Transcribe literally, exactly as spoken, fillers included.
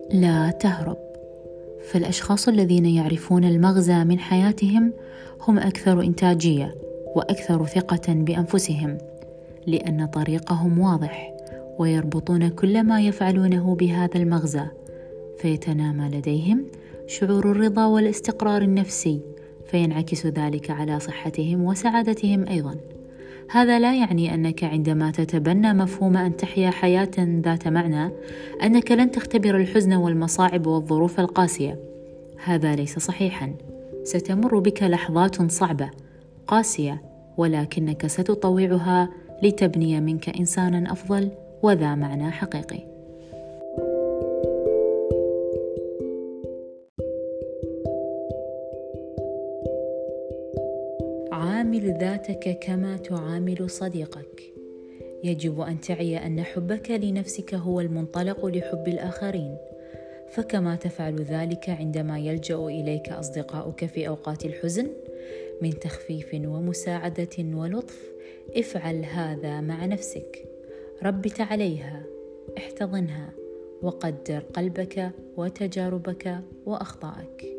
لا تهرب. فالأشخاص الذين يعرفون المغزى من حياتهم هم أكثر إنتاجية وأكثر ثقة بأنفسهم، لأن طريقهم واضح ويربطون كل ما يفعلونه بهذا المغزى، فيتنامى لديهم شعور الرضا والاستقرار النفسي، فينعكس ذلك على صحتهم وسعادتهم أيضا. هذا لا يعني أنك عندما تتبنى مفهوم أن تحيا حياة ذات معنى أنك لن تختبر الحزن والمصاعب والظروف القاسية. هذا ليس صحيحا. ستمر بك لحظات صعبة قاسية، ولكنك ستطوعها لتبني منك إنسانا أفضل وذا معنى حقيقي. عامل ذاتك كما تعامل صديقك. يجب أن تعي أن حبك لنفسك هو المنطلق لحب الآخرين، فكما تفعل ذلك عندما يلجأ إليك أصدقاؤك في أوقات الحزن من تخفيف ومساعدة ولطف، افعل هذا مع نفسك. ربت عليها، احتضنها، وقدر قلبك وتجاربك وأخطائك.